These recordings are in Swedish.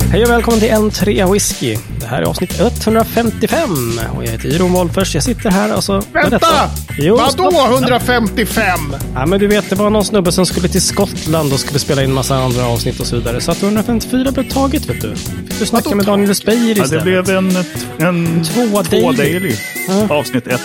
Hej och välkommen till En3 Whisky. Det här är avsnitt 155 och jag heter Iron Wolfers. Jag sitter här och så... Vänta! Vadå 155? Ja, men du vet, det var någon snubbe som skulle till Skottland och skulle spela in en massa andra avsnitt och så vidare. Så att 154 blev taget, vet du. Fick du snacka med Daniel Speyer istället. Ja, det blev en två daily. Avsnitt 1.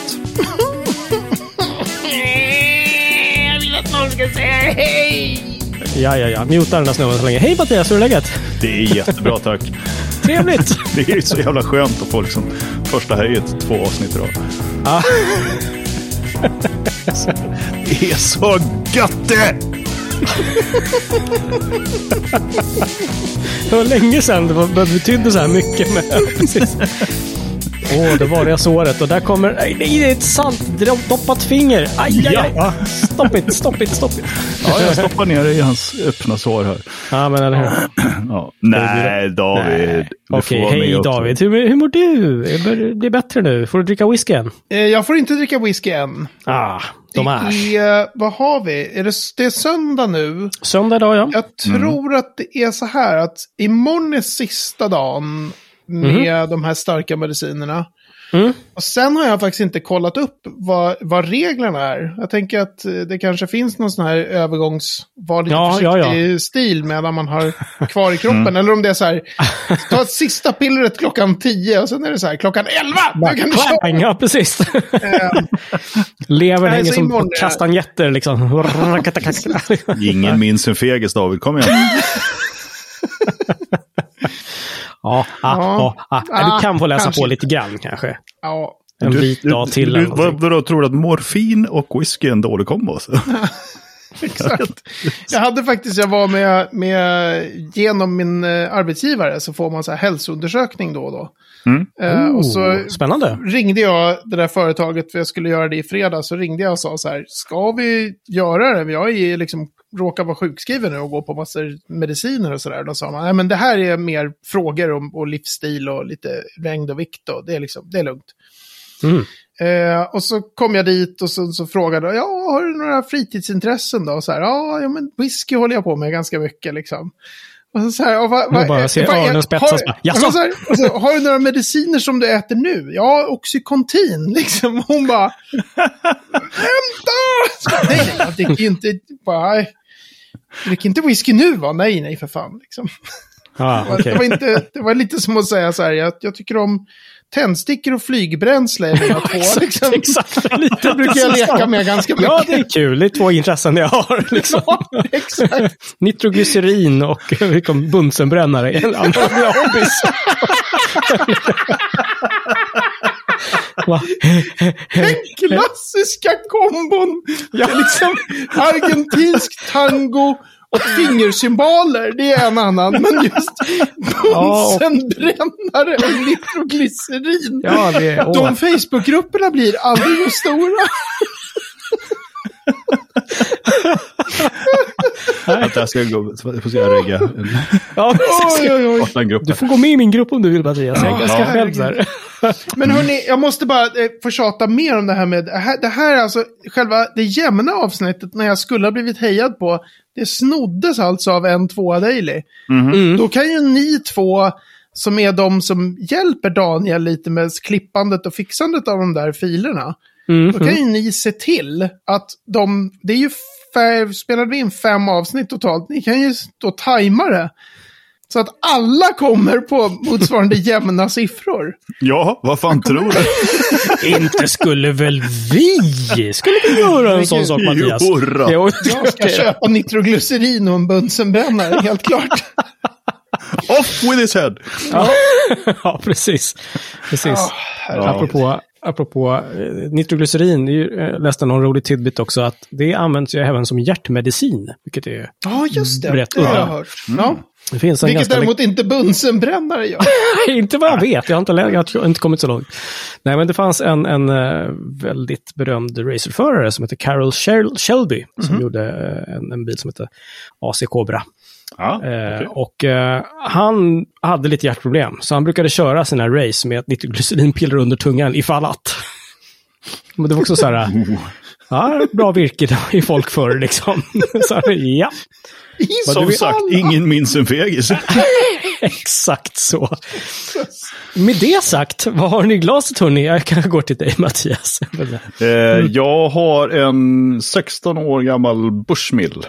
Jag vill att någon ska säga hej! Ja. Muta den där snubben så länge. Hej Mattias, hur är läget? Det är jättebra, tack. Trevligt! Det är så jävla skönt att få liksom första höjet 2 avsnitt idag. Ja. Det är så gött det! Det var länge sedan det betydde så här mycket med. Precis. Det var det såret och där kommer... Nej, det är ett saltdoppat finger. Aj. Stopp it. Ja, jag stoppar ner i hans öppna sår här. Ja, men eller hur? Ja. Nej, David. Okej, hej David. Hur mår du? Det är bättre nu. Får du dricka whisky än? Jag får inte dricka whisky än. De är. Vad har vi? Det är söndag nu. Söndag idag, ja. Jag tror att det är så här att imorgon är sista dagen med de här starka medicinerna. Och sen har jag faktiskt inte kollat upp vad reglerna är. Jag tänker att det kanske finns någon sån här försiktig stil medan man har kvar i kroppen. Eller om det är så här, ta sista pillret klockan 10 och sen är det så här, klockan 11! Ja, precis. Lever hänger som kastanjetter liksom. Ingen minns en fegis, David. Kom igen. Du kan få läsa på lite grann kanske. Ja. En bit dag till. Vad tror du att morfin och whisky är en dålig kombo? Exakt. Jag var med genom min arbetsgivare så får man så här hälsoundersökning då och då. Och så spännande. Ringde jag det där företaget för jag skulle göra det i fredag, så ringde jag och sa så här: ska vi göra det? Jag är liksom råkar vara sjukskriven nu och gå på massor mediciner och sådär. Då sa man, nej men det här är mer frågor om livsstil och lite längd och vikt och det är lugnt. Och så kom jag dit och så frågade jag, har du några fritidsintressen då? Och så här, ja men whisky håller jag på med ganska mycket liksom. Och så här, har du några mediciner som du äter nu? Ja, Oxycontin liksom. Hon bara, vänta! Nej, jag dricker ju inte bara, dricker inte whisky nu va? Nej för fan liksom. Okay. Det var lite som att säga så här, jag tycker om tändstickor och flygbränsle är mina två. Exakt. Det brukar jag leka med ganska mycket. Ja, det är kul. Det är 2 intressen jag har. Liksom. Ja, exakt. Nitroglycerin och bunsenbrännare. En annan hobbys. Den klassiska kombon. Ja. Liksom argentinsk tango och fingersymboler, det är en annan. Men just bunsenbrännare och nitroglycerin. De Facebookgrupperna blir aldrig så stora. Att jag ska gå, får se jag regga. Du får gå med i min grupp om du vill, Mattias. Jag är ganska själv där. Men hörni, jag måste bara få tjata mer om det här med det här alltså, själva det jämna avsnittet när jag skulle ha blivit hejad på, det snoddes alltså av En2 Daily. Då kan ju ni två som är de som hjälper Daniel lite med klippandet och fixandet av de där filerna. Då kan ju ni se till att det är ju spelade vi in 5 avsnitt totalt. Ni kan ju då tajma det. Så att alla kommer på motsvarande jämna siffror. Ja, vad fan tror du? Inte skulle väl vi? Skulle vi göra en sån sak, Mattias? Jag ska köpa nitroglycerin och en bunsenbrännare, helt klart. Off with his head! Ja, precis. Apropå nitroglycerin, jag läste någon rolig tidbit också att det används ju även som hjärtmedicin, vilket är just det har jag hört. Det finns en vilket däremot inte bunsenbrännare gör. Inte vad jag vet, jag har inte kommit så långt. Nej, men det fanns en väldigt berömd racerförare som heter Carroll Shelby som gjorde en bil som heter AC Cobra. Och han hade lite hjärtproblem, så han brukade köra sina race med ett nitroglycerinpiller under tungan ifall att. Men det var också så här bra virke i folk förr liksom. Så här, Som sagt, ingen minns en fegis. Exakt så. Med det sagt, vad har ni i glaset, hörni? Jag kan gå till dig, Mattias. Jag har en 16 år gammal Bushmill.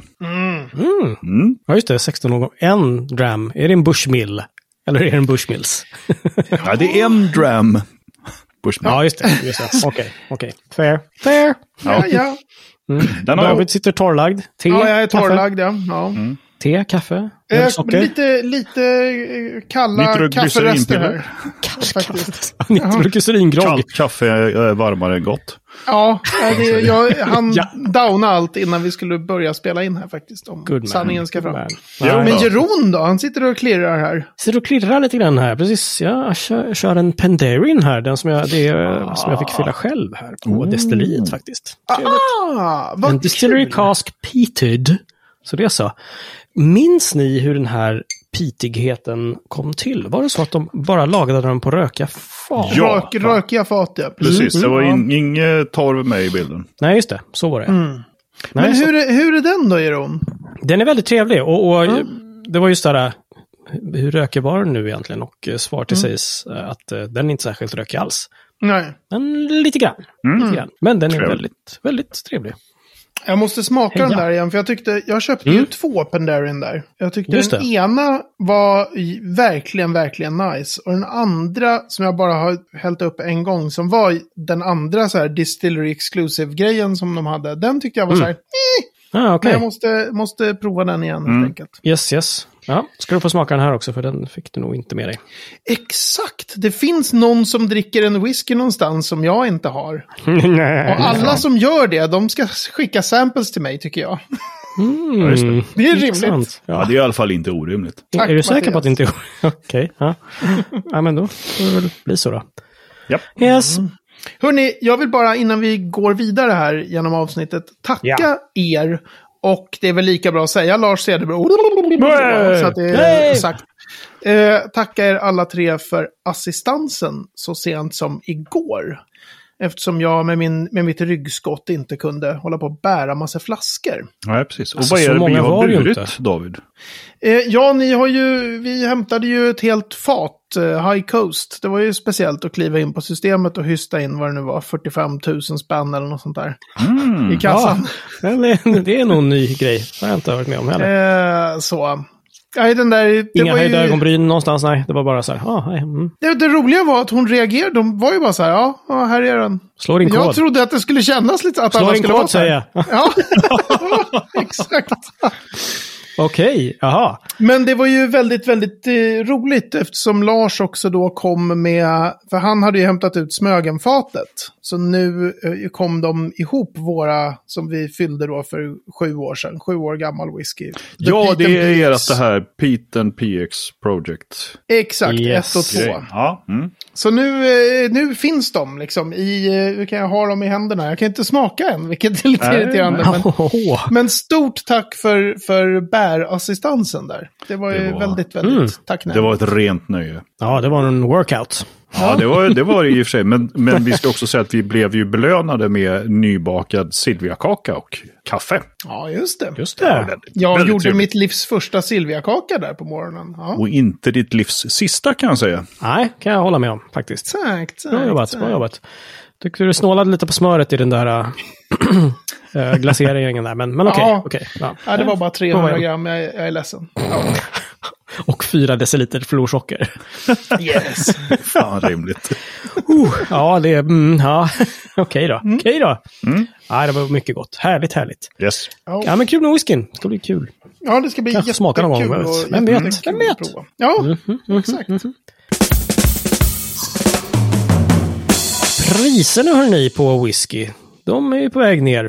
Ja, just det. 16 år. En dram. Är det en Bushmill? Eller är det en Bushmills? Ja, det är en dram. Bushmill. Ja, just det. Okej. Fair. Ja. David sitter torrlagd. Te, jag är torrlagd, kaffe. ja. Te, kaffe, socker. Lite kalla kafferester här. Nitroglyceringrogg. Kallt kaffe är varmare än gott. Ja, han downade allt innan vi skulle börja spela in här faktiskt. Om sanningen ska fram. Men Jeroen då? Han sitter och klirrar här. Sitter och klirrar lite grann här. Precis, jag kör en Pendarin här. Den som jag fick fylla själv här på destilleriet faktiskt. En Distillery Cask Peated. Så det är så. Minns ni hur den här pitigheten kom till? Var det så att de bara lagade den på rökiga fat? Ja, rökiga fat, ja. Precis, det var inget torv med i bilden. Nej, just det. Så var det. Nej, men hur är den då, Jeroen? Den är väldigt trevlig. Och det var just där, hur rökig var den nu egentligen? Och svar till sägs att den är inte särskilt rökig alls. Nej. Men lite grann. Men den är väldigt, väldigt trevlig. Jag måste smaka den där igen, för jag köpte ju 2 Pendarin där. Jag tyckte den ena var verkligen, verkligen nice. Och den andra, som jag bara har hällt upp en gång, som var den andra så här Distillery Exclusive-grejen som de hade. Den tyckte jag var så här, okay. Men jag måste prova den igen helt enkelt. Yes. Ja, ska du få smaka den här också, för den fick du nog inte med dig. Exakt! Det finns någon som dricker en whisky någonstans som jag inte har. Och alla som gör det, de ska skicka samples till mig, tycker jag. Det är rimligt. Ja, det är i alla fall inte orimligt. Tack, är du säker på att det inte är orimligt? Okej, ja, men då får det väl bli så då. Japp. Yes. Hörrni, jag vill bara innan vi går vidare här genom avsnittet tacka er. Och det är väl lika bra att säga Lars Cederbro. Så att det är sagt. Tacka er alla 3 för assistansen så sent som igår. Eftersom jag med mitt ryggskott inte kunde hålla på att bära massa flaskor. Nej, precis. Och vad är det vi har burit, David? Vi hämtade ju ett helt fat, High Coast. Det var ju speciellt att kliva in på systemet och hysta in vad det nu var, 45 000 spänn eller något sånt där i kassan. Ja, det är nog en ny grej. Det har jag inte varit med om heller. Så. Nej, Inga höjda ögonbryn någonstans, nej. Det var bara så här, Det roliga var att hon reagerade. De var ju bara så här, ja, här är den. Slå din kod. Jag trodde att det skulle kännas lite att alla skulle vara så här. Ja, exakt. Okej, jaha. Men det var ju väldigt, väldigt roligt eftersom Lars också då kom med, för han hade ju hämtat ut Smögenfatet. Så nu kom de ihop våra som vi fyllde då för 7 år sedan. 7 år gammal whisky. Ja, det är ert det här Pete and PX Project. Exakt, 1 och 2. Ja. Så nu finns de liksom hur kan jag ha dem i händerna? Jag kan inte smaka än, vilket är lite irriterande. Men stort tack för bärassistansen där. Det var ju väldigt, väldigt tacknämligt. Det var ett rent nöje. Ja, det var en workout. Ja, det var det i och för sig. Men vi ska också säga att vi blev ju belönade med nybakad Silvia-kaka och kaffe. Ja, just det. Jag gjorde trevligt. Mitt livs första Silvia-kaka där på morgonen. Ja. Och inte ditt livs sista, kan jag säga. Nej, kan jag hålla med om faktiskt. Exakt. Bra jobbat. Tyckte du snålade lite på smöret i den där glaseringen där. Men okej. Ja, det var bara 300 gram. Jag är ledsen. Ja. Och 4 deciliter florsocker. Yes. Fan, rimligt. Ja, det är... Okej då. Ja, det var mycket gott. Härligt. Yes. Ja, men kul med whiskyn. Det ska bli kul. Ja, det ska bli kanske smaka någon gång. Vem vet? Ja, exakt. Priserna, hörni, på whisky. De är ju på väg ner.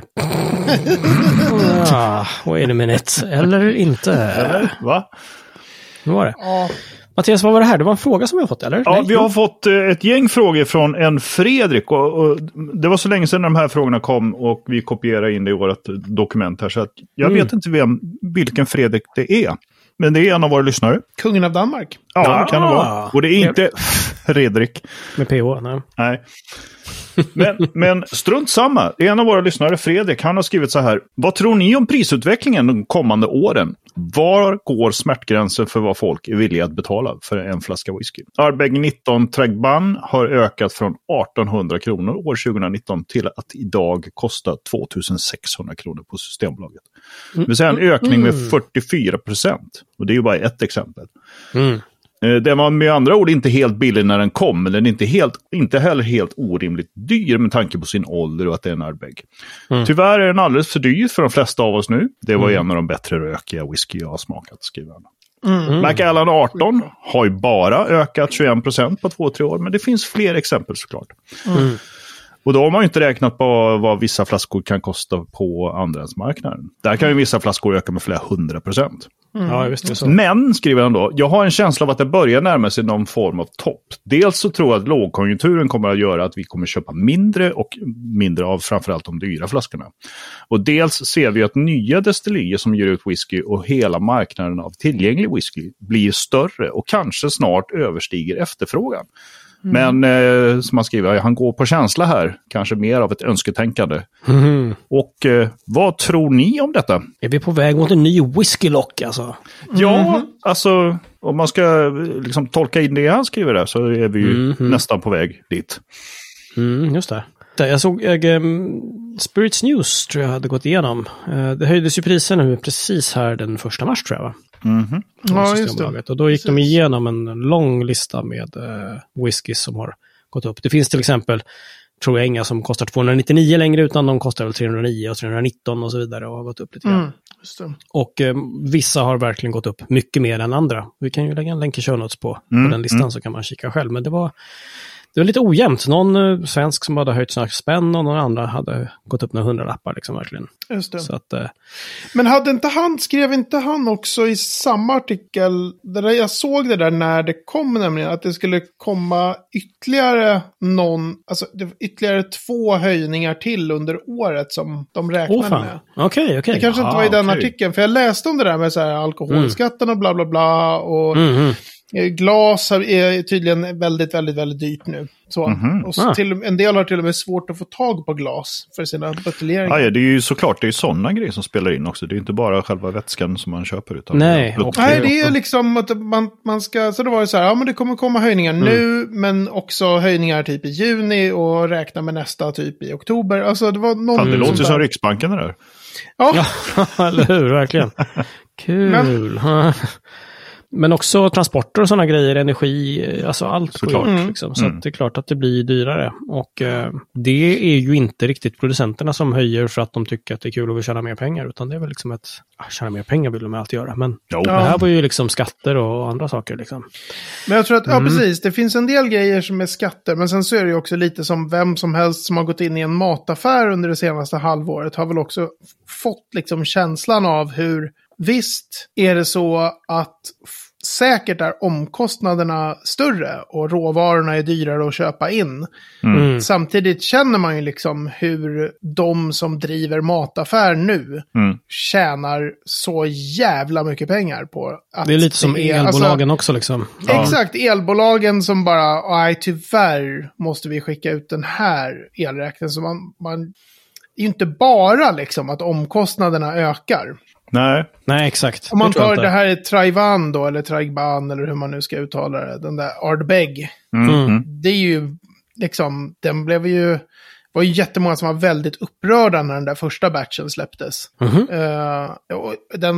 Wait a minute. Eller inte. Eller? Va? Nu var det. Mattias, vad var det här? Det var en fråga som vi har fått, eller? Ja, nej, vi har fått ett gäng frågor från en Fredrik. Och det var så länge sedan de här frågorna kom och vi kopierade in det i vårt dokument här. Så att jag vet inte vilken Fredrik det är. Men det är en av våra lyssnare. Kungen av Danmark. Ja, det kan det vara. Och det är inte Fredrik. Med PH, nej. Men strunt samma. Det är en av våra lyssnare, Fredrik. Han har skrivit så här. Vad tror ni om prisutvecklingen de kommande åren? Var går smärtgränsen för vad folk är villiga att betala för en flaska whisky? Ardbeg 19 Tragbun har ökat från 1800 kronor år 2019 till att idag kosta 2600 kronor på Systembolaget. Det vill säga en ökning med 44%. Och det är ju bara ett exempel. Den var med andra ord inte helt billig när den kom, men den är inte heller helt orimligt dyr med tanke på sin ålder och att det är en Ardbeg. Tyvärr är den alldeles för dyr för de flesta av oss nu. Det var en av de bättre rökiga whisky jag har smakat, skriver han. Macallan 18 har ju bara ökat 21% på 2-3 år, men det finns fler exempel såklart. Och då har man ju inte räknat på vad vissa flaskor kan kosta på andrahandsmarknaden. Där kan ju vissa flaskor öka med flera 100%. Ja, visst är det så. Men, skriver han då, jag har en känsla av att det börjar närma sig någon form av topp. Dels så tror jag att lågkonjunkturen kommer att göra att vi kommer köpa mindre och mindre av framförallt de dyra flaskorna. Och dels ser vi att nya destillerier som ger ut whisky och hela marknaden av tillgänglig whisky blir större och kanske snart överstiger efterfrågan. Men som man skriver, han går på känsla här. Kanske mer av ett önsketänkande. Och vad tror ni om detta? Är vi på väg mot en ny whiskylock alltså? Ja, alltså om man ska liksom tolka in det han skriver där så är vi ju nästan på väg dit. Just det. Jag såg Spirits News tror jag hade gått igenom. Det höjdes ju priser nu precis här den 1 mars tror jag va? Ja, just det. Och då gick de igenom en lång lista med whisky som har gått upp. Det finns till exempel, tror jag, inga som kostar 299 längre utan de kostar väl 309 och 319 och så vidare och har gått upp lite grann. Just det. Och vissa har verkligen gått upp mycket mer än andra. Vi kan ju lägga en länk i show notes på den listan så kan man kika själv. Men det var lite ojämnt. Någon svensk som hade höjt sina spänn och någon andra hade gått upp några 100-lappar liksom verkligen. Just det. Så att, men skrev inte han också i samma artikel, där jag såg det där när det kom nämligen, att det skulle komma ytterligare ytterligare 2 höjningar till under året som de räknade med. Okej. Det kanske inte var i den artikeln, för jag läste om det där med så här alkoholskatten och bla bla bla och glas är tydligen väldigt, väldigt, väldigt dyrt nu. Så. Och så en del har till och med svårt att få tag på glas för sina buteljeringar. Ja, det är ju såklart, det är sådana grejer som spelar in också. Det är inte bara själva vätskan som man köper. Utan Nej, det är liksom att man ska, så då var det så här, ja men det kommer komma höjningar nu, men också höjningar typ i juni och räkna med nästa typ i oktober. Alltså det var någon det låter som Riksbanken det där. Ja, eller hur, verkligen. Kul. Men också transporter och sådana grejer, energi, alltså allt går upp. Liksom. Så att det är klart att det blir dyrare. Och det är ju inte riktigt producenterna som höjer för att de tycker att det är kul och vill tjäna mer pengar. Utan det är väl liksom tjäna mer pengar vill de alltid göra. Men det här var ju liksom skatter och andra saker liksom. Men jag tror att, precis, det finns en del grejer som är skatter. Men sen så är det ju också lite som vem som helst som har gått in i en mataffär under det senaste halvåret har väl också fått liksom känslan av hur, visst är det så att säkert är omkostnaderna större och råvarorna är dyrare att köpa in. Samtidigt känner man ju liksom hur de som driver mataffär nu tjänar så jävla mycket pengar på att det är lite som elbolagen också liksom. Exakt, elbolagen som bara, nej tyvärr måste vi skicka ut den här elräkningen. Så man är ju inte bara liksom att omkostnaderna ökar. Nej, exakt. Om man tar det här Traivan då, eller Traigban, eller hur man nu ska uttala det, den där Ardbeg. Det är ju liksom, var ju jättemånga som var väldigt upprörda när den där första batchen släpptes. Och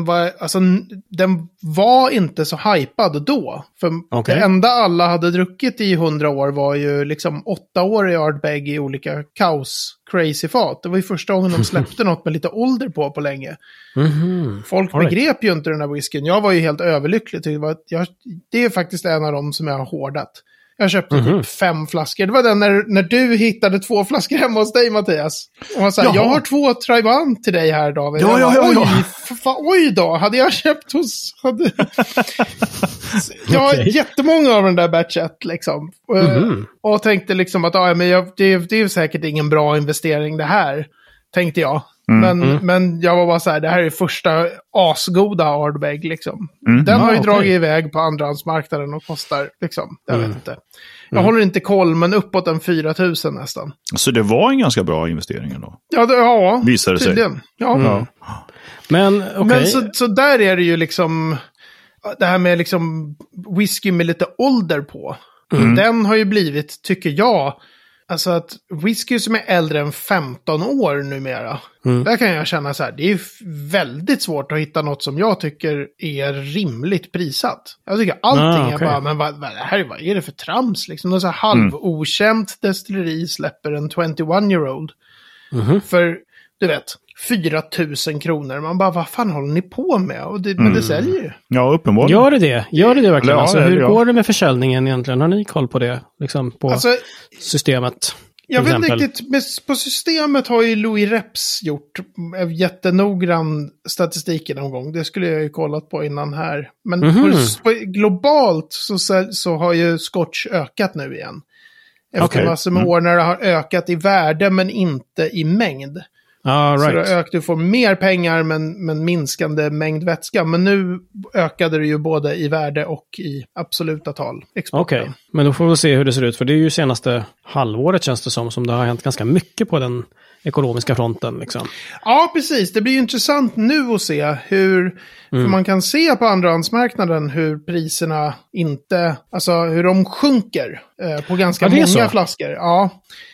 den var inte så hypad då. För det enda alla hade druckit i 100 år var ju liksom 8 år i Ardbeg i olika crazy-fat. Det var ju första gången de släppte något med lite ålder på länge. Folk begrep ju inte den där whiskyn. Jag var ju helt överlycklig. Det är faktiskt en av dem som jag har hårdat. Jag köpte typ 5 flaskor. Det var den när du hittade 2 flaskor hemma hos dig, Mattias. Och han sa, jag har 2 Traiban till dig här, David. Oj då, hade jag köpt hos... Jag har jättemånga av den där batch 1 liksom. Och tänkte liksom att det är ju säkert ingen bra investering det här, tänkte jag. Men jag var bara så här, det här är första asgoda Ardbeg liksom. Den har ju dragit iväg på andrahandsmarknaden och kostar liksom, jag vet inte. Jag håller inte koll, men uppåt en 4 000 nästan. Så det var en ganska bra investering ändå? Ja, visar det tydligen. sig. Ja. Men så där är det ju liksom, det här med liksom whisky med lite ålder på. Den har ju blivit, tycker jag, alltså att whisky som är äldre än 15 år numera. Där kan jag känna så här, det är väldigt svårt att hitta något som jag tycker är rimligt prissatt. Jag tycker allting är bara, men vad är det för trams liksom? Någon så här halvokänt destilleri släpper en 21-year-old. För, du vet, 4 000 kronor. Man bara, vad fan håller ni på med? Men det säljer ju. Ja, uppenbarligen. Gör det verkligen? Ja, alltså, hur går det med försäljningen egentligen? Har ni koll på det? Liksom på systemet? Jag vet inte riktigt, på systemet har ju Louis Reps gjort jättenoggrann statistik någon gång. Det skulle jag ju kollat på innan här. Men globalt så har ju Scotch ökat nu igen. Efter massor med år när det har ökat i värde men inte i mängd. Så då du får mer pengar men minskande mängd vätska. Men nu ökade det ju både i värde och i absoluta tal. Okej, men då får vi se hur det ser ut. För det är ju senaste halvåret känns det som det har hänt ganska mycket på den ekonomiska fronten. Liksom. Ja, precis. Det blir ju intressant nu att se hur man kan se på andrahandsmarknaden hur priserna inte, alltså hur de sjunker på ganska många flaskor. Ja.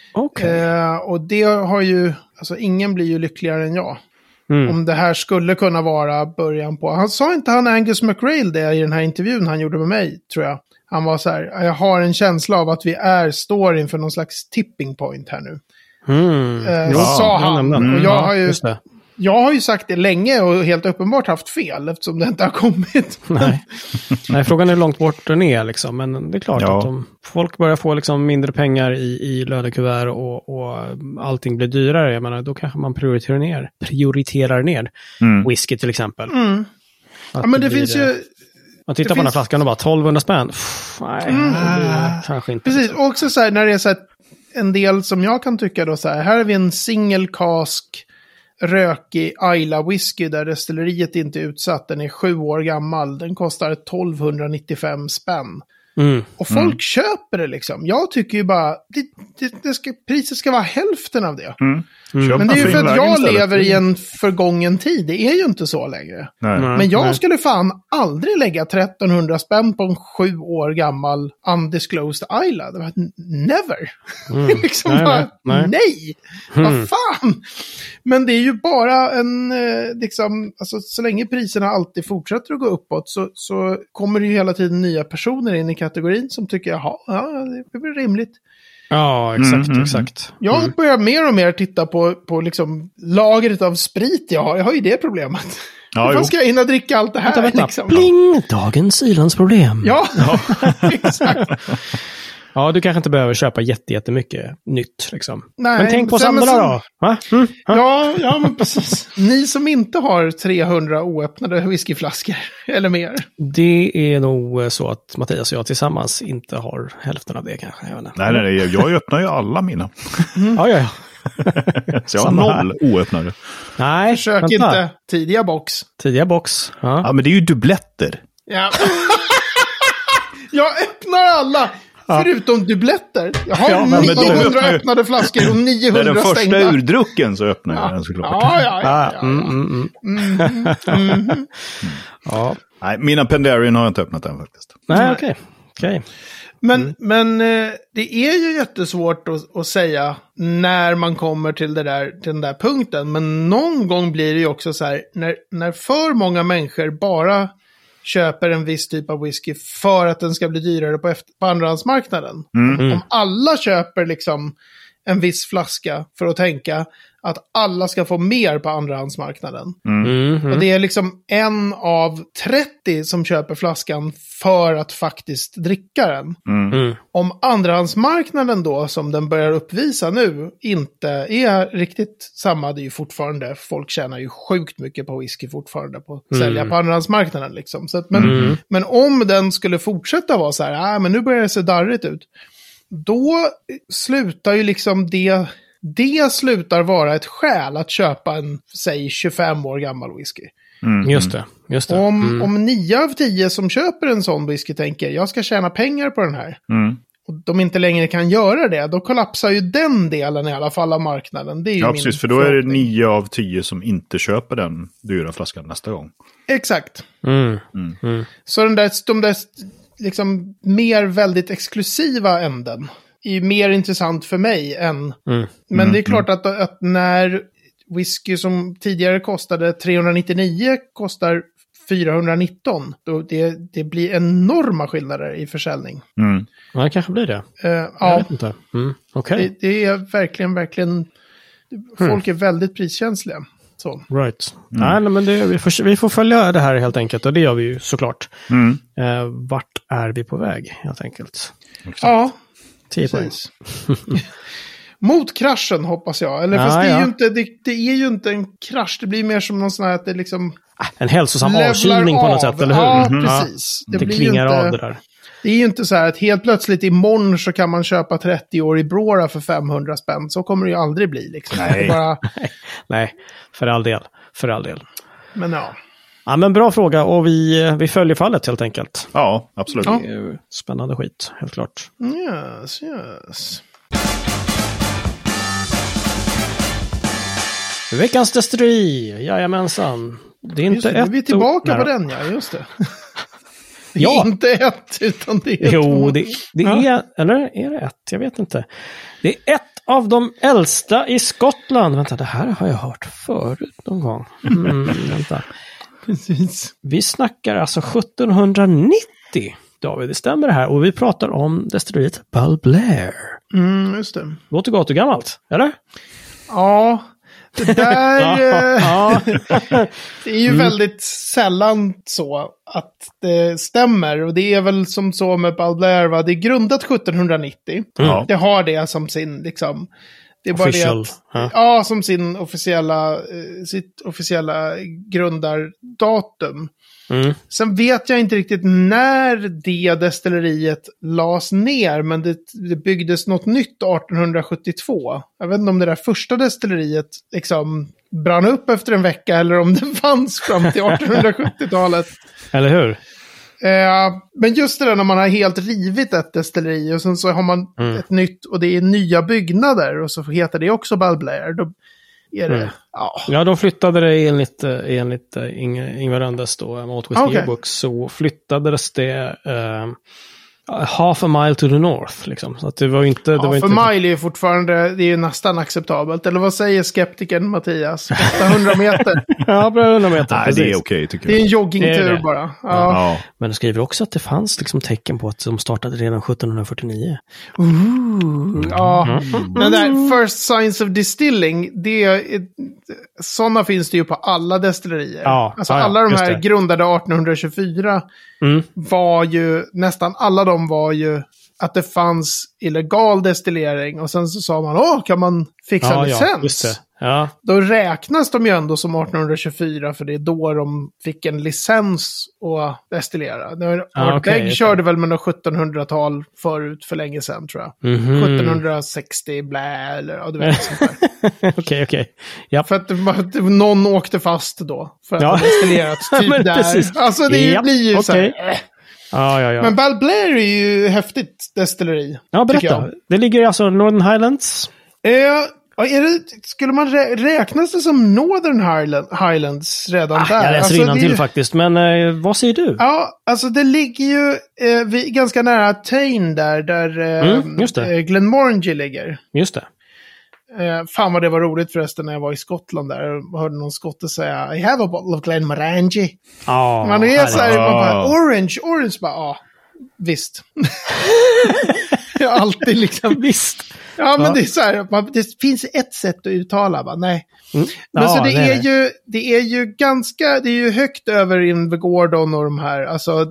Och det har ju, alltså ingen blir ju lyckligare än jag. Om det här skulle kunna vara början på, han sa inte Angus McRail det i den här intervjun han gjorde med mig, tror jag. Han var så här, jag har en känsla av att vi står inför någon slags tipping point här nu. Sa han. Och jag har ju sagt det länge och helt uppenbart haft fel eftersom det inte har kommit. Nej, frågan är hur långt bort den är liksom. Men det är klart att om folk börjar få liksom mindre pengar i lönekuvert och allting blir dyrare, jag menar, då kanske man prioriterar ner whisky till exempel. Ja, men det finns ju... Man tittar på den här flaskan och bara 1200 spänn. Kanske inte. Precis, och också så här, när det är så här, en del som jag kan tycka då så här har vi en single cask rökig Islay whisky där destilleriet inte är utsatt. Den är 7 år gammal. Den kostar 1295 spänn. Och folk köper det liksom. Jag tycker ju bara priset ska vara hälften av det. Men det är ju för att jag lever i en förgången tid. Det är ju inte så längre. Men jag skulle fan aldrig lägga 1300 spänn på en 7 år gammal undisclosed Islay. Det var never. Liksom nej. Vad fan? Men det är ju bara en liksom, alltså, så länge priserna alltid fortsätter att gå uppåt så kommer det ju hela tiden nya personer in i kategorin som tycker det blir rimligt. Ja, exakt. Jag börjar mer och mer titta på liksom lagret av sprit jag har. Jag har ju det problemet. Hur ska jag hinna dricka allt det här? Liksom? Bling! Dagens Ilandsproblem. Ja, exakt. Ja, du kanske inte behöver köpa jättemycket nytt liksom. Nej, men tänk på samla då. Va? Ja, men precis. Ni som inte har 300 oöppnade whiskyflaskor eller mer. Det är nog så att Mattias och jag tillsammans inte har hälften av det kanske. Nej, jag öppnar ju alla mina. Ja. Så jag har 0 oöppnade. Nej, försök inte. Tidiga box. Ja, men det är ju dubbletter. Ja. Jag öppnar alla. Förutom dubbletter. Jag har 900 öppnade flaskor och 900 stängda. Den första urdrucken så öppnar jag den såklart. Ja. Nej, mina Pandarian har jag inte öppnat än faktiskt. Nej, okej. Men det är ju jättesvårt att säga när man kommer till den där punkten. Men någon gång blir det ju också så här, när för många människor bara köper en viss typ av whisky för att den ska bli dyrare på andrahandsmarknaden. Om alla köper liksom en viss flaska för att tänka att alla ska få mer på andrahandsmarknaden. Och det är liksom 1 av 30 som köper flaskan för att faktiskt dricka den. Om andrahandsmarknaden då, som den börjar uppvisa nu, inte är riktigt samma, det är ju fortfarande, folk tjänar ju sjukt mycket på whisky fortfarande på att sälja på andrahandsmarknaden liksom. Så att, men om den skulle fortsätta vara så här, men nu börjar det se darrigt ut, då slutar ju liksom det slutar vara ett skäl att köpa en, säg, 25 år gammal whisky. Just det. Om 9 av 10 som köper en sån whisky tänker jag ska tjäna pengar på den här. Och de inte längre kan göra det, då kollapsar ju den delen i alla fall av marknaden. Det är ju precis, för då är det 9 av 10 som inte köper den dyra flaskan nästa gång. Exakt. Så de där liksom mer väldigt exklusiva änden är mer intressant för mig än... Men det är klart att när whisky som tidigare kostade 399 kostar 419, då det blir enorma skillnader i försäljning. Ja, det kanske blir det. Jag vet inte. Okay. Det är verkligen... Folk är väldigt priskänsliga. Så. Right. Nej, men vi får följa det här helt enkelt, och det gör vi ju såklart. Vart är vi på väg helt enkelt? Ja, 10 poäng. Mot kraschen hoppas jag. Eller fast det är ju inte en krasch. Det blir mer som någon sån här att det liksom... En hälsosam avkylning på något sätt, eller hur? Ja, precis. Det klingar av det där. Det är ju inte så här att helt plötsligt imorgon så kan man köpa 30 år i Brora för 500 spänn. Så kommer det ju aldrig bli liksom. Nej, för all del. Men Ja, men bra fråga, och vi följer fallet helt enkelt. Ja, absolut. Det är spännande skit, helt klart. Yes. Veckans destilleri, jajamensan. Det är inte ett. Vi är tillbaka på den, just det. Det är inte ett, utan det är två. Det är, eller är det ett? Jag vet inte. Det är ett av de äldsta i Skottland. Vänta, det här har jag hört förut någon gång. Vänta. Precis. Vi snackar alltså 1790, David, det stämmer det här. Och vi pratar om destilleriet Balblair. Just det. Låter gott och gammalt, eller? Ja, det där det är ju väldigt sällan så att det stämmer. Och det är väl som så med Balblair, va? Det är grundat 1790. Det har det som sin liksom... Det är bara official, det att, som sin sitt officiella grundardatum. Sen vet jag inte riktigt när det destilleriet lades ner, men det byggdes något nytt 1872. Jag vet inte om det där första destilleriet liksom brann upp efter en vecka eller om det fanns fram till 1870-talet. Eller hur? Men just det där när man har helt rivit ett destilleri och sen så har man ett nytt och det är nya byggnader och så heter det också Balblair. Då är det, Ja, de flyttade det enligt Ingvar Röndes då, mot Whiskey Yearbook, så flyttades det half a mile to the north, liksom. Så att det var inte... mile är ju fortfarande, det är ju nästan acceptabelt. Eller vad säger skeptikern Mattias? 800 meter. Ja, 100 meter. Nej, det är okej, tycker jag. Det är en joggingtur bara. Ja. Men de skriver också att det fanns liksom tecken på att de startade redan 1749. Men där First Signs of Distilling, sådana finns det ju på alla destillerier. Alla de här grundade 1824 var ju, nästan alla de var ju att det fanns illegal destillering och sen så sa man, kan man fixa licens? Just det. Ja. Då räknas de ju ändå som 1824 för det är då de fick en licens att destillera. Ardbeg körde väl med något 1700-tal förut för länge sedan, tror jag. 1760 blä eller du vet sånt där. Okej. Ja. För att någon åkte fast då för att de destillerat typ där. Precis. Alltså det blir ju så här. Ja. Men Balblair är ju häftigt destilleri. Ja, berätta. Det ligger alltså Northern Highlands. Skulle man räknas det som Northern Highlands redan där? Jag läser innantill faktiskt, men vad säger du? Ja, alltså det ligger ju ganska nära Tain där Glenmorangie ligger. Just det. Fan vad det var roligt förresten när jag var i Skottland där. Jag hörde någon skotte säga I have a bottle of Glenmorangie. Man är så här, man bara, orange bara, visst. Jag har alltid liksom... Visst. Ja, men det är så här, det finns ett sätt att uttala, va? Nej. Men så det är ju ganska, det är ju högt över Inver Gordon och de här, alltså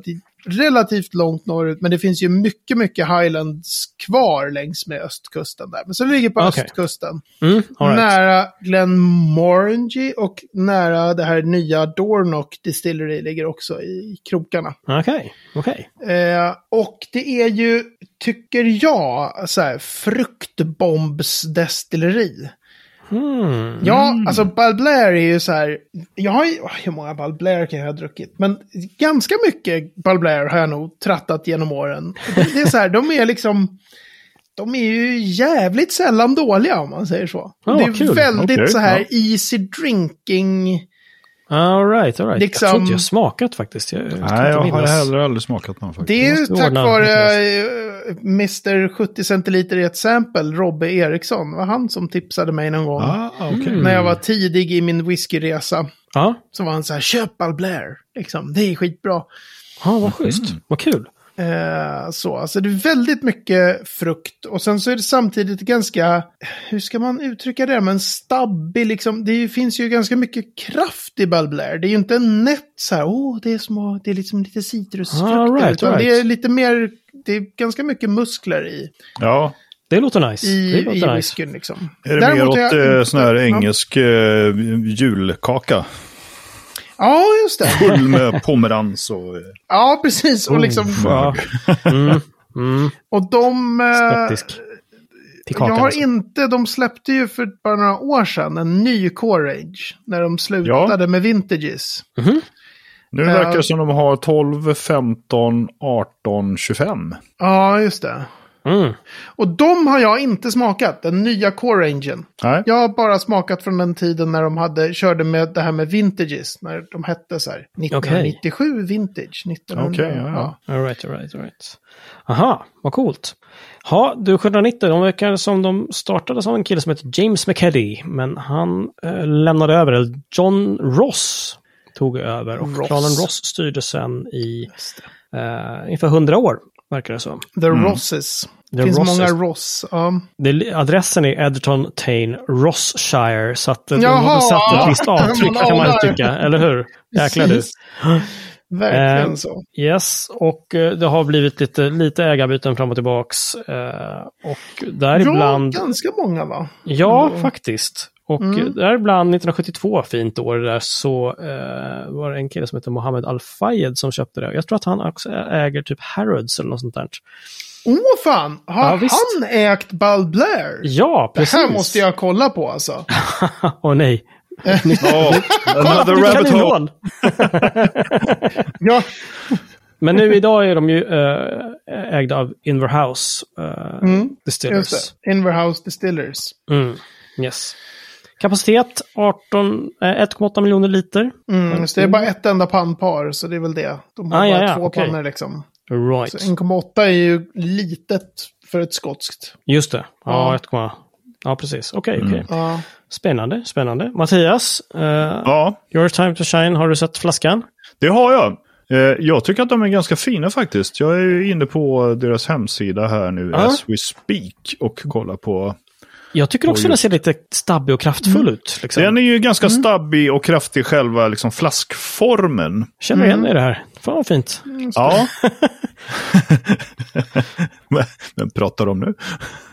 relativt långt norrut, men det finns ju mycket, mycket Highlands kvar längs med östkusten där. Men så det ligger på östkusten. Nära Glenmorangie och nära det här nya Dornoch Distillery ligger också i krokarna. Okej. Och det är ju, tycker jag, så här, fruktbombsdestilleri. Ja, alltså Balblair är ju så här, jag har ju, hur många Balblair kan jag ha druckit? Men ganska mycket Balblair har jag nog trattat genom åren. Det är så här, de är ju jävligt sällan dåliga om man säger så. Det är väldigt så här easy drinking. All right. Liksom, jag tror inte jag smakat faktiskt. Nej, jag har heller aldrig smakat någon faktiskt. Det är ju tack vare Mr. 70 centiliter i ett sample, Robbe Eriksson. Det var han som tipsade mig någon gång. När jag var tidig i min whiskyresa. Så var han så här, köp Balblair. Liksom, det är skitbra. Ja, vad schysst. Vad kul. Alltså det är väldigt mycket frukt. Och sen så är det samtidigt ganska, hur ska man uttrycka det, men stabbig liksom. Det finns ju ganska mycket kraft i Balblair. Det är ju inte en nätt så här, det är liksom lite citrusfrukter. Utan det är lite mer, det är ganska mycket muskler i. Ja. Det låter nice. I whiskyn liksom. Är det däremot mer åt sån här engelsk julkaka? Ja, just det. Full med pomerans och... Ja, precis. Och liksom... Och de... Skeptisk. Jag har inte... De släppte ju för bara några år sedan en ny Core Age. När de slutade med vintages. Nu verkar det som de har 12, 15, 18, 25. Ja, just det. Och de har jag inte smakat, den nya Core Rangen. Nej. Jag har bara smakat från den tiden när de körde med det här med vintages, när de hette så här 1997 vintage, 1900. All right. Aha, vad coolt. Ja, du 790, de verkar som de startade som en kille som heter James McKeddy, men han lämnade över, John Ross tog över och klanen Ross styrde sen i ungefär 100 år. Verkar det så. The Rosses. Det finns många Ross. Adressen är Edgerton Tain, Rossshire. Så att de har satt ett visst avtryck kan man uttrycka. Eller hur? Jäklar du. Verkligen så. Yes, och det har blivit lite ägarbyten fram och tillbaks. Och däribland... Ja, ganska många va? Ja, faktiskt. Och däribland 1972, fint år där, så var det en kille som heter Mohammed Al-Fayed som köpte det. Jag tror att han också äger typ Harrods eller något sånt där. Fan! Har han ägt Balblair? Ja, precis. Det här måste jag kolla på alltså. Nej. Another rabbit hole. Ja. Men nu idag är de ju ägda av Inverhouse Distillers. Just det. Inverhouse Distillers. Yes. Kapacitet 1,8 miljoner liter. Så det är bara ett enda pannpar, så det är väl det. De har bara två pannor liksom. Right. Så 1,8 är ju litet för ett skotskt. Just det. Ja, 1,8. Ja, precis. Okej. Spännande. Mattias, your time to shine. Har du sett flaskan? Det har jag. Jag tycker att de är ganska fina faktiskt. Jag är ju inne på deras hemsida här nu, as we speak, och kollar på... Jag tycker också den ser lite stabbig och kraftfull ut. Liksom. Den är ju ganska stabbig och kraftig själva liksom, flaskformen. Känner igen i det här. Fan vad fint. Ja. Men pratar de nu?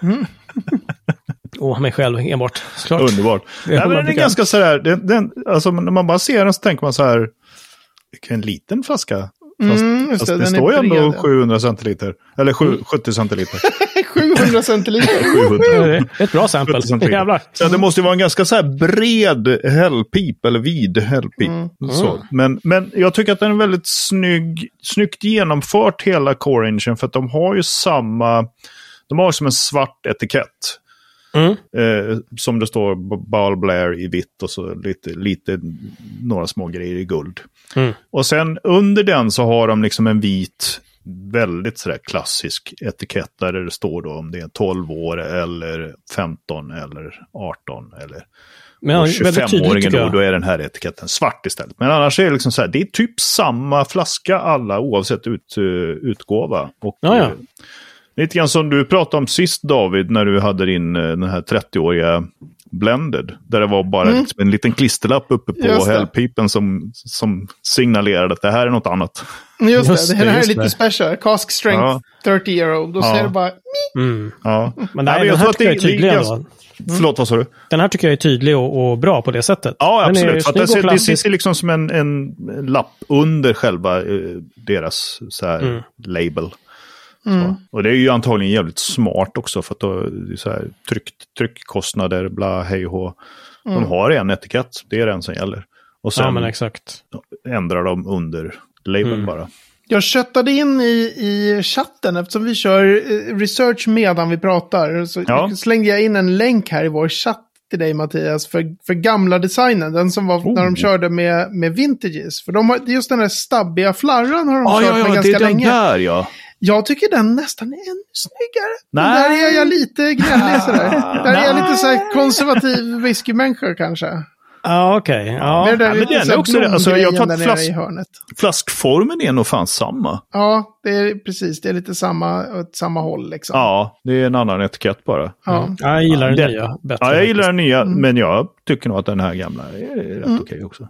Mig själv enbart. Såklart. Underbart. Nej, men den är ganska sådär, alltså när man bara ser den så tänker man så här, vilken liten flaska. Fast det står ju ändå 700 centiliter. Eller 70 centiliter. 700 centiliter. 700. Det är ett bra sample. Jävlar. Så det måste ju vara en ganska så här bred hällpip. Eller vid hällpip. Men jag tycker att den är väldigt snyggt genomfört hela Core Engine. För att de har ju de har som en svart etikett. Som det står Balblair i vitt och så lite några små grejer i guld. Och sen under den så har de liksom en vit, väldigt sådär klassisk etikett där det står då om det är 12 år eller 15 eller 18 eller 25-åringen, då är den här etiketten svart istället. Men annars är det liksom så här, det är typ samma flaska alla oavsett utgåva. Och lite grann som du pratade om sist, David, när du hade den här 30-åriga blended. Där det var bara liksom en liten klisterlapp uppe på hällpipen som signalerade att det här är något annat. Just det här är lite special. Cask strength 30-year-old. Då ser det bara... Ja. Men den här tycker jag är tydlig ändå. Förlåt, vad sa du? Den här tycker jag är tydlig och bra på det sättet. Ja, absolut. För att det sitter liksom som en lapp under själva deras så här, label. Så. Och det är ju antagligen jävligt smart också för att då, det är så här, tryckkostnader, bla, hej och de har en etikett, det är den som gäller. Och sen men exakt. Ändrar de under labeln bara. Jag köttade in i chatten eftersom vi kör research medan vi pratar. Så slängde jag in en länk här i vår chatt till dig, Mattias, för gamla designen. Den som var när de körde med vintages. För just den där stabbiga flarran har de kört med ganska länge. Där, ja. Jag tycker den nästan är ännu snyggare. Där är jag lite gnällig sådär. Där är jag lite så här konservativ whiskymänniska kanske. Ja, okej. Ja. Men den är också det. Alltså, jag tror att flaskformen är nog fan samma. Ja, det är precis. Det är lite samma håll liksom. Ja, det är en annan etikett bara. Ja. Jag gillar den nya bättre. Ja, jag gillar den nya, men jag tycker nog att den här gamla är rätt okej också.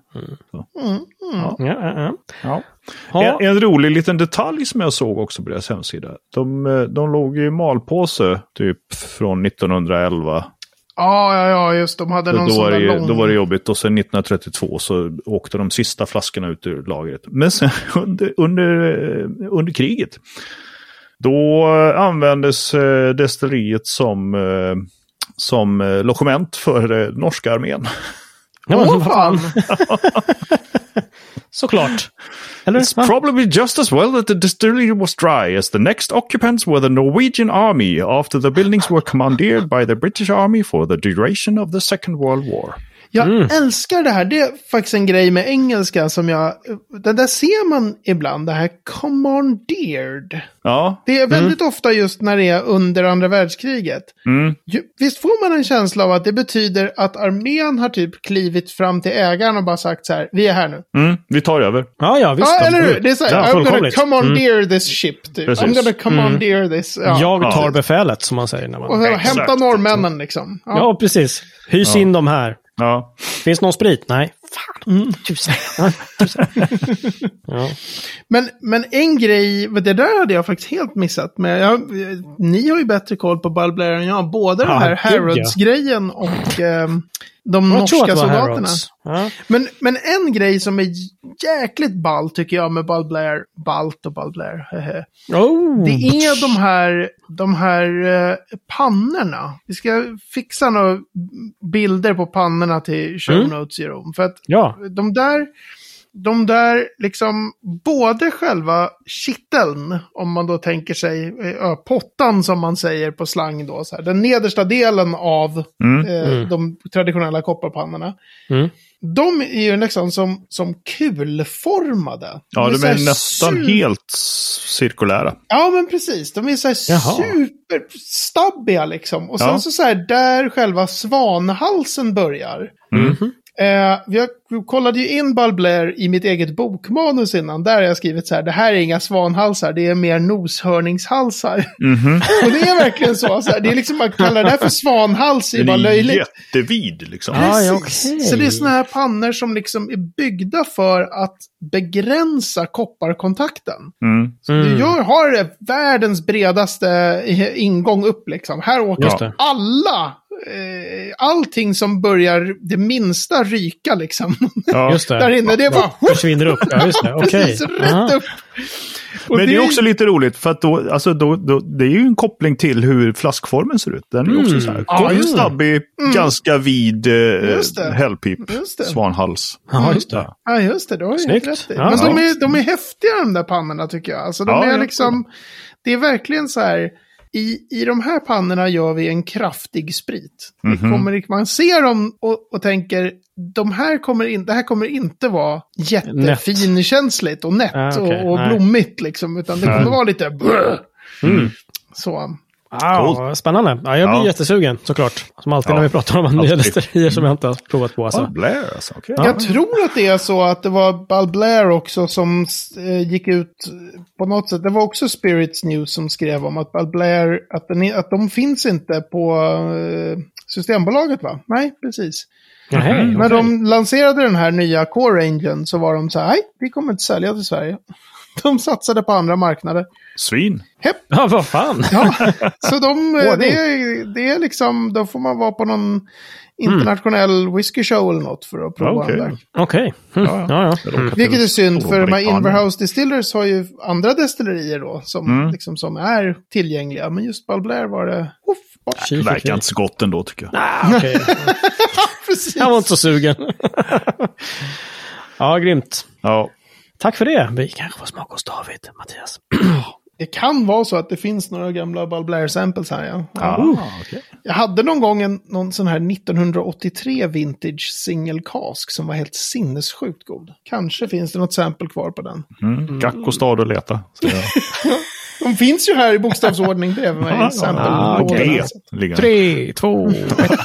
En rolig liten detalj som jag såg också på deras hemsida. De låg i malpåse typ från 1911. Ja, just. De hade någon sån där lång... Då var det jobbigt och sen 1932 så åkte de sista flaskorna ut ur lagret. Men sen under kriget då användes destilleriet som logement för norska armén. Ja, fan. Såklart. It's probably just as well that the distillery was dry as the next occupants were the Norwegian army after the buildings were commandeered by the British army for the duration of the Second World War. Jag älskar det här. Det är faktiskt en grej med engelska som det där ser man ibland, det här commandeered. Ja. Det är väldigt ofta just när det är under andra världskriget. Visst får man en känsla av att det betyder att armén har typ klivit fram till ägaren och bara sagt så här, vi är här nu. Vi tar över. Ja, visst. Ja, eller hur? Det är så här, I'm gonna commandeer this ship. Typ. I'm gonna commandeer this. Ja. Jag tar befälet, som man säger. När man... Och hämta norrmännen liksom. Ja, precis. Hys in de här. Ja. Finns någon sprit? Nej. Fan. Tusen. Ja. Men en grej, det där hade jag faktiskt helt missat. Men ni har ju bättre koll på Ball Blair än jag. Både den här Harrods-grejen och de norska soldaterna. Ja. Men en grej som är jäkligt ball tycker jag med Ball Blair. Ball Blair. Det är de här pannorna. Vi ska fixa några bilder på pannorna till show notes i Rom. För att de där liksom både själva kitteln, om man då tänker sig pottan som man säger på slang då, så här, den nedersta delen av de traditionella kopparpannorna. De är ju liksom som kulformade. Ja, de är nästan helt cirkulära. Ja, men precis. De är så här superstabbiga liksom. Och sen så här, där själva svanhalsen börjar. Jag kollade ju in Ball Blair i mitt eget bokmanus innan. Där har jag skrivit så här, det här är inga svanhalsar, det är mer noshörningshalsar. Och det är verkligen så här, det är liksom, man kallar det här för svanhals, det är bara löjligt. Jättevid liksom. Precis. Så det är såna här pannor som liksom är byggda för att begränsa kopparkontakten. Så du har världens bredaste ingång upp liksom. Här åker allting som börjar det minsta ryka liksom. Ja, just det. Där inne, det är bara... försvinner upp, ja just det. Okej. Precis, rätt upp. Och men det är också lite roligt för att då det är ju en koppling till hur flaskformen ser ut. Den är också så här stabbig, ganska vid hällpip, svanhals. Ja, just det. Ja, just det. Då är snyggt. Rätt. Men de är häftiga de där pannorna tycker jag. Alltså de är liksom, det är verkligen så här, i de här pannorna gör vi en kraftig sprit. Man ser dem och tänker, det här kommer inte vara jättefinkänsligt och nätt och blommigt liksom, utan det kommer vara lite så. Spännande. Ja, jag blir jättesugen såklart. Som alltid när vi pratar om nya destillerier som jag inte har provat på. Alltså. Blair, alltså. Okay. Jag tror att det är så att det var Bal Blair också som gick ut på något sätt. Det var också Spirits News som skrev om att Bal Blair, att de finns inte på Systembolaget, va? Nej, precis. När de lanserade den här nya Core Engine så var de så här, nej, vi kommer inte sälja till Sverige. De satsade på andra marknader. Svin. Hepp. Ja, vad fan. Ja, så det är liksom, då får man vara på någon internationell whisky show eller något för att prova den där. Okej. Vilket är synd, för de här Inverhouse Distillers har ju andra destillerier då som är tillgängliga. Men just Bal Blair var det... Det verkar inte så gott ändå, tycker jag. Okay. Precis. Jag var inte så sugen. Ja, grymt. Ja. Tack för det. Vi kanske får smaka hos David, Mattias. Det kan vara så att det finns några gamla Bal Blair samples här, Okay. Jag hade någon gång någon sån här 1983 vintage single cask som var helt sinnessjukt god. Kanske finns det något sample kvar på den. Gacko stad och leta. De finns ju här i bokstavsordning bredvid mig. Okej. 3, 2, 1.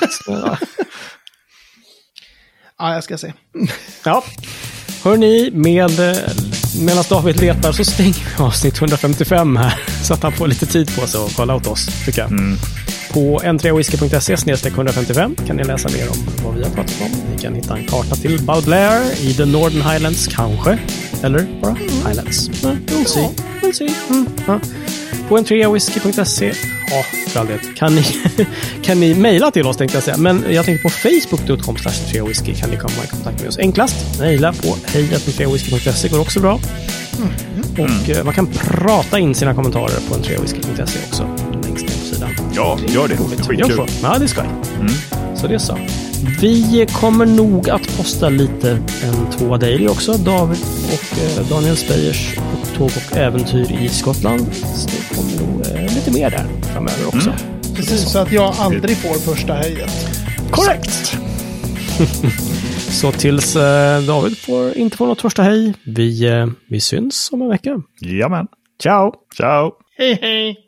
Ja, jag ska se. Ja. Hörrni, medan David letar så stänger vi avsnitt 155 här. Så att han får lite tid på sig att kolla åt oss, tycker jag. På n3whisky.se/155 kan ni läsa mer om vad vi har pratat om. Ni kan hitta en karta till Bal Blair i The Northern Highlands, kanske. Eller bara Highlands. We'll see. På n3whisky.se för all del. Kan ni mejla till oss, tänkte jag säga. Men jag tänkte på facebook.com/3whisky kan ni komma i kontakt med oss. Enklast, mejla på hej@n3whisky.se går också bra. Och man kan prata in sina kommentarer på n3whisky.se också. Längst ner på sidan. Ja, gör det. Skitkul. Ja, det ska jag. Så det är så. Vi kommer nog att posta lite en 2 daily också. David och Daniel Speyers upptåg och äventyr i Skottland. Så det kommer nog lite mer där framöver också. Precis, så att jag aldrig får första hejet. Korrekt! Så tills David inte får något första hej. Vi syns om en vecka. Jamen. Ciao! Ciao! Hej hej!